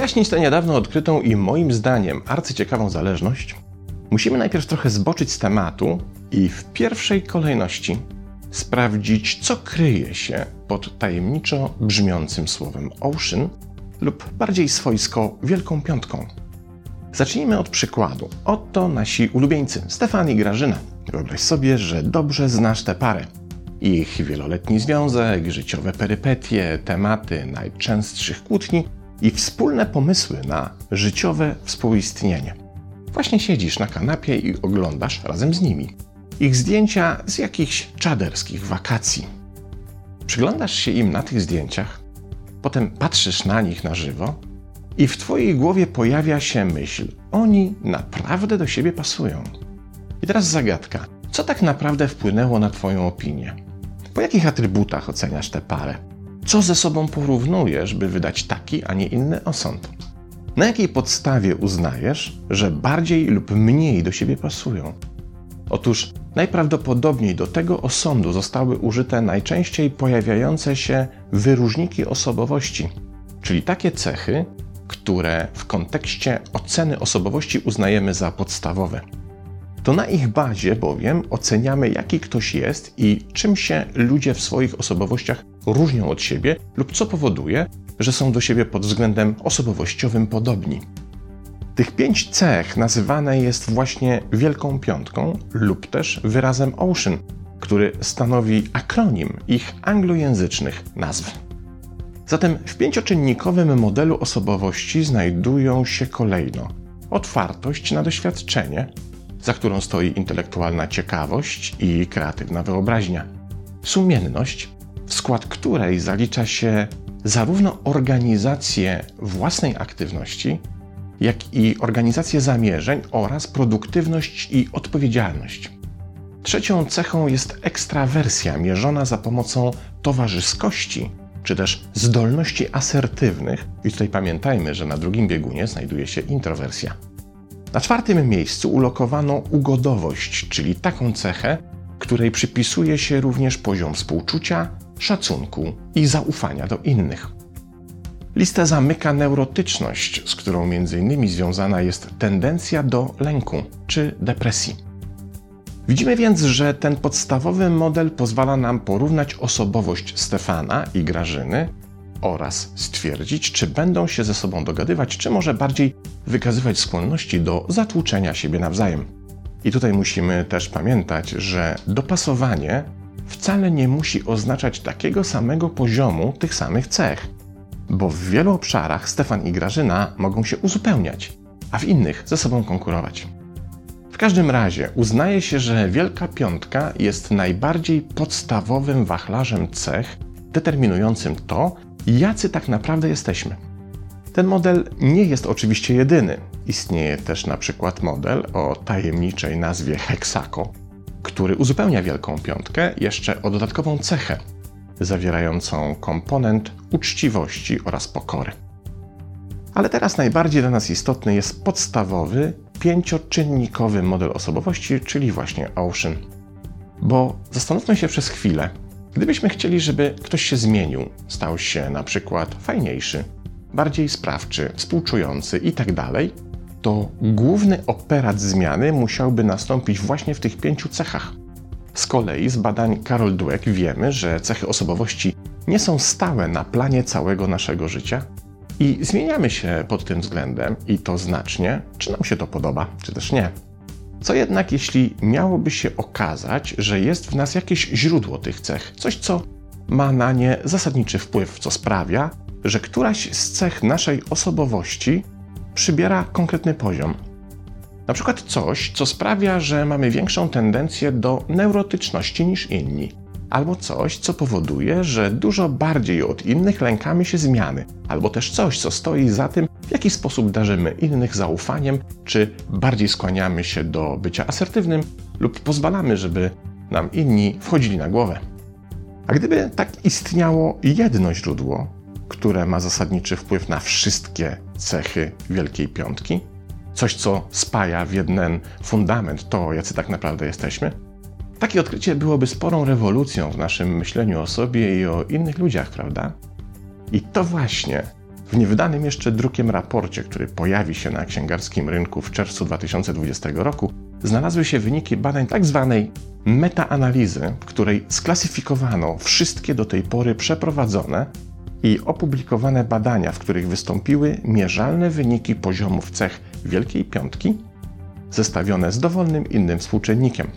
wyjaśnić tę niedawno odkrytą i moim zdaniem arcyciekawą zależność, musimy najpierw trochę zboczyć z tematu i w pierwszej kolejności sprawdzić, co kryje się pod tajemniczo brzmiącym słowem Ocean lub bardziej swojsko Wielką Piątką. Zacznijmy od przykładu. Oto nasi ulubieńcy, Stefan i Grażyna. Wyobraź sobie, że dobrze znasz tę parę. Ich wieloletni związek, życiowe perypetie, tematy najczęstszych kłótni i wspólne pomysły na życiowe współistnienie. Właśnie siedzisz na kanapie i oglądasz razem z nimi ich zdjęcia z jakichś czaderskich wakacji. Przyglądasz się im na tych zdjęciach, potem patrzysz na nich na żywo i w twojej głowie pojawia się myśl: oni naprawdę do siebie pasują. I teraz zagadka. Co tak naprawdę wpłynęło na twoją opinię? Po jakich atrybutach oceniasz tę parę? Co ze sobą porównujesz, by wydać taki, a nie inny osąd? Na jakiej podstawie uznajesz, że bardziej lub mniej do siebie pasują? Otóż najprawdopodobniej do tego osądu zostały użyte najczęściej pojawiające się wyróżniki osobowości, czyli takie cechy, które w kontekście oceny osobowości uznajemy za podstawowe. To na ich bazie bowiem oceniamy, jaki ktoś jest i czym się ludzie w swoich osobowościach różnią od siebie lub co powoduje, że są do siebie pod względem osobowościowym podobni. Tych 5 cech nazywane jest właśnie Wielką Piątką lub też wyrazem Ocean, który stanowi akronim ich anglojęzycznych nazw. Zatem w 5-czynnikowym modelu osobowości znajdują się kolejno otwartość na doświadczenie, za którą stoi intelektualna ciekawość i kreatywna wyobraźnia, sumienność, w skład której zalicza się zarówno organizację własnej aktywności, jak i organizację zamierzeń oraz produktywność i odpowiedzialność. Trzecią cechą jest ekstrawersja mierzona za pomocą towarzyskości, czy też zdolności asertywnych i tutaj pamiętajmy, że na drugim biegunie znajduje się introwersja. Na 4. miejscu ulokowano ugodowość, czyli taką cechę, której przypisuje się również poziom współczucia, szacunku i zaufania do innych. Listę zamyka neurotyczność, z którą m.in. związana jest tendencja do lęku czy depresji. Widzimy więc, że ten podstawowy model pozwala nam porównać osobowość Stefana i Grażyny oraz stwierdzić, czy będą się ze sobą dogadywać, czy może bardziej wykazywać skłonności do zatłuczenia siebie nawzajem. I tutaj musimy też pamiętać, że dopasowanie wcale nie musi oznaczać takiego samego poziomu tych samych cech, bo w wielu obszarach Stefan i Grażyna mogą się uzupełniać, a w innych ze sobą konkurować. W każdym razie uznaje się, że Wielka Piątka jest najbardziej podstawowym wachlarzem cech determinującym to, jacy tak naprawdę jesteśmy. Ten model nie jest oczywiście jedyny. Istnieje też na przykład model o tajemniczej nazwie Hexaco, który uzupełnia Wielką Piątkę jeszcze o dodatkową cechę, zawierającą komponent uczciwości oraz pokory. Ale teraz najbardziej dla nas istotny jest podstawowy, 5-czynnikowy model osobowości, czyli właśnie Ocean. Bo zastanówmy się przez chwilę, gdybyśmy chcieli, żeby ktoś się zmienił, stał się na przykład fajniejszy, bardziej sprawczy, współczujący itd., to główny operat zmiany musiałby nastąpić właśnie w tych 5 cechach. Z kolei z badań Carol Dweck wiemy, że cechy osobowości nie są stałe na planie całego naszego życia i zmieniamy się pod tym względem i to znacznie, czy nam się to podoba, czy też nie. Co jednak, jeśli miałoby się okazać, że jest w nas jakieś źródło tych cech, coś, co ma na nie zasadniczy wpływ, co sprawia, że któraś z cech naszej osobowości przybiera konkretny poziom. Na przykład coś, co sprawia, że mamy większą tendencję do neurotyczności niż inni. Albo coś, co powoduje, że dużo bardziej od innych lękamy się zmiany. Albo też coś, co stoi za tym, w jaki sposób darzymy innych zaufaniem, czy bardziej skłaniamy się do bycia asertywnym lub pozwalamy, żeby nam inni wchodzili na głowę. A gdyby tak istniało jedno źródło, które ma zasadniczy wpływ na wszystkie cechy Wielkiej Piątki, coś, co spaja w jeden fundament to, jacy tak naprawdę jesteśmy, takie odkrycie byłoby sporą rewolucją w naszym myśleniu o sobie i o innych ludziach, prawda? I to właśnie W niewydanym jeszcze drukiem raporcie, który pojawi się na księgarskim rynku w czerwcu 2020 roku, znalazły się wyniki badań tzw. metaanalizy, w której sklasyfikowano wszystkie do tej pory przeprowadzone i opublikowane badania, w których wystąpiły mierzalne wyniki poziomów cech Wielkiej Piątki, zestawione z dowolnym innym współczynnikiem.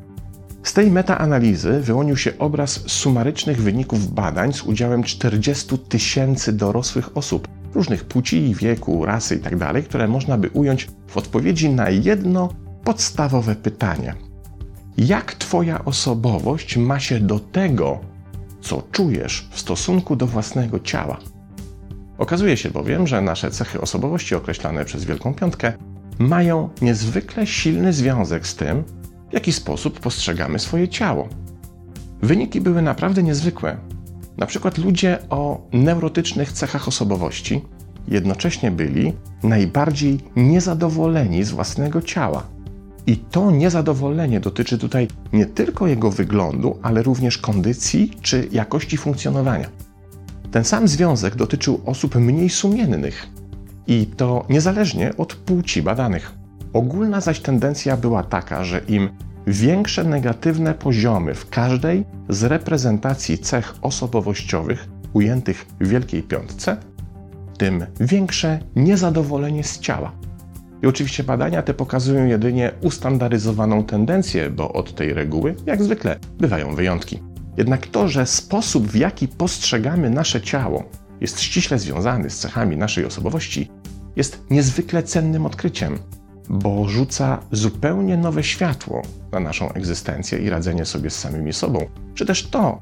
Z tej metaanalizy wyłonił się obraz sumarycznych wyników badań z udziałem 40 000 dorosłych osób różnych płci, wieku, rasy itd., które można by ująć w odpowiedzi na jedno podstawowe pytanie. Jak Twoja osobowość ma się do tego, co czujesz w stosunku do własnego ciała? Okazuje się bowiem, że nasze cechy osobowości określane przez Wielką Piątkę mają niezwykle silny związek z tym, w jaki sposób postrzegamy swoje ciało. Wyniki były naprawdę niezwykłe. Na przykład ludzie o neurotycznych cechach osobowości jednocześnie byli najbardziej niezadowoleni z własnego ciała. I to niezadowolenie dotyczy tutaj nie tylko jego wyglądu, ale również kondycji czy jakości funkcjonowania. Ten sam związek dotyczył osób mniej sumiennych i to niezależnie od płci badanych. Ogólna zaś tendencja była taka, że im większe negatywne poziomy w każdej z reprezentacji cech osobowościowych ujętych w Wielkiej Piątce, tym większe niezadowolenie z ciała. I oczywiście badania te pokazują jedynie ustandaryzowaną tendencję, bo od tej reguły, jak zwykle, bywają wyjątki. Jednak to, że sposób, w jaki postrzegamy nasze ciało, jest ściśle związany z cechami naszej osobowości, jest niezwykle cennym odkryciem, bo rzuca zupełnie nowe światło na naszą egzystencję i radzenie sobie z samymi sobą, czy też to,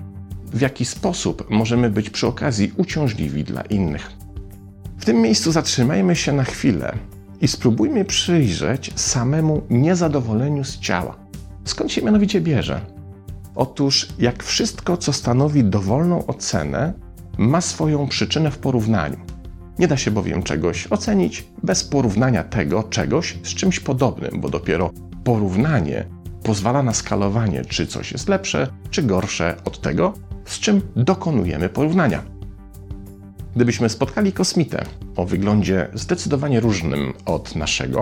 w jaki sposób możemy być przy okazji uciążliwi dla innych. W tym miejscu zatrzymajmy się na chwilę i spróbujmy przyjrzeć samemu niezadowoleniu z ciała. Skąd się mianowicie bierze? Otóż, jak wszystko, co stanowi dowolną ocenę, ma swoją przyczynę w porównaniu. Nie da się bowiem czegoś ocenić bez porównania tego czegoś z czymś podobnym, bo dopiero porównanie pozwala na skalowanie, czy coś jest lepsze, czy gorsze od tego, z czym dokonujemy porównania. Gdybyśmy spotkali kosmitę o wyglądzie zdecydowanie różnym od naszego,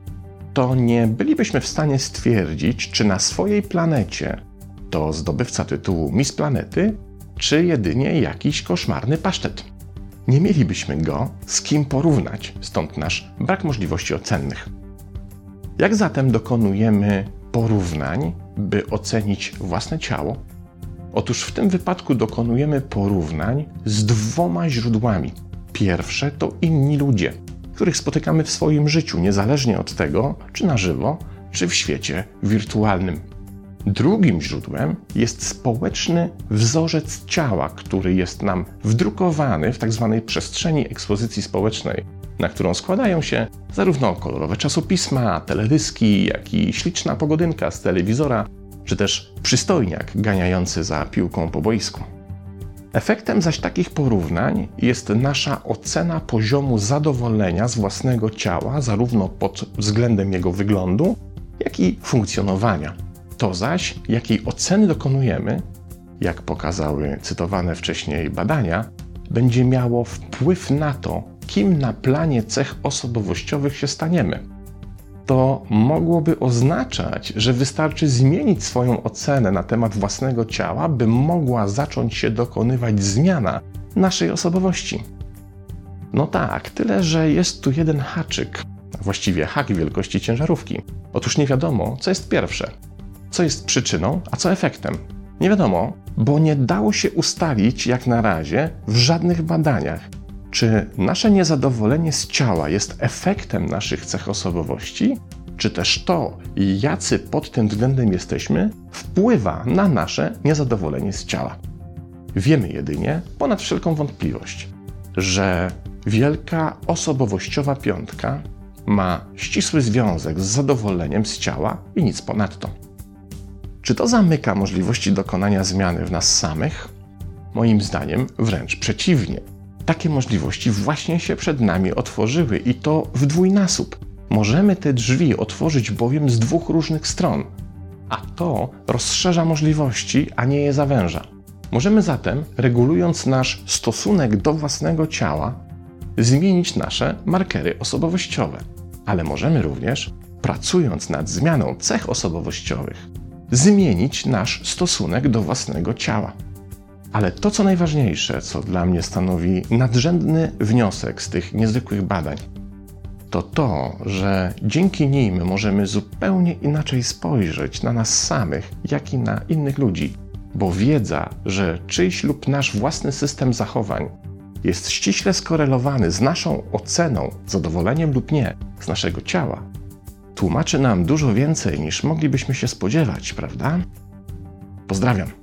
to nie bylibyśmy w stanie stwierdzić, czy na swojej planecie to zdobywca tytułu Miss Planety, czy jedynie jakiś koszmarny pasztet. Nie mielibyśmy go z kim porównać, stąd nasz brak możliwości ocennych. Jak zatem dokonujemy porównań, by ocenić własne ciało? Otóż w tym wypadku dokonujemy porównań z dwoma źródłami. Pierwsze to inni ludzie, których spotykamy w swoim życiu, niezależnie od tego, czy na żywo, czy w świecie wirtualnym. Drugim źródłem jest społeczny wzorzec ciała, który jest nam wdrukowany w tzw. przestrzeni ekspozycji społecznej, na którą składają się zarówno kolorowe czasopisma, teledyski, jak i śliczna pogodynka z telewizora, czy też przystojniak ganiający za piłką po boisku. Efektem zaś takich porównań jest nasza ocena poziomu zadowolenia z własnego ciała, zarówno pod względem jego wyglądu, jak i funkcjonowania. To zaś, jakiej oceny dokonujemy, jak pokazały cytowane wcześniej badania, będzie miało wpływ na to, kim na planie cech osobowościowych się staniemy. To mogłoby oznaczać, że wystarczy zmienić swoją ocenę na temat własnego ciała, by mogła zacząć się dokonywać zmiana naszej osobowości. No tak, tyle że jest tu jeden haczyk, a właściwie hak wielkości ciężarówki. Otóż nie wiadomo, co jest pierwsze. Co jest przyczyną, a co efektem? Nie wiadomo, bo nie dało się ustalić jak na razie w żadnych badaniach, czy nasze niezadowolenie z ciała jest efektem naszych cech osobowości, czy też to, jacy pod tym względem jesteśmy, wpływa na nasze niezadowolenie z ciała. Wiemy jedynie, ponad wszelką wątpliwość, że Wielka Osobowościowa Piątka ma ścisły związek z zadowoleniem z ciała i nic ponadto. Czy to zamyka możliwości dokonania zmiany w nas samych? Moim zdaniem wręcz przeciwnie. Takie możliwości właśnie się przed nami otworzyły i to w dwójnasób. Możemy te drzwi otworzyć bowiem z dwóch różnych stron, a to rozszerza możliwości, a nie je zawęża. Możemy zatem, regulując nasz stosunek do własnego ciała, zmienić nasze markery osobowościowe, ale możemy również, pracując nad zmianą cech osobowościowych, zmienić nasz stosunek do własnego ciała. Ale to, co najważniejsze, co dla mnie stanowi nadrzędny wniosek z tych niezwykłych badań, to to, że dzięki nim możemy zupełnie inaczej spojrzeć na nas samych, jak i na innych ludzi, bo wiedza, że czyjś lub nasz własny system zachowań jest ściśle skorelowany z naszą oceną, zadowoleniem lub nie z naszego ciała, tłumaczy nam dużo więcej niż moglibyśmy się spodziewać, prawda? Pozdrawiam.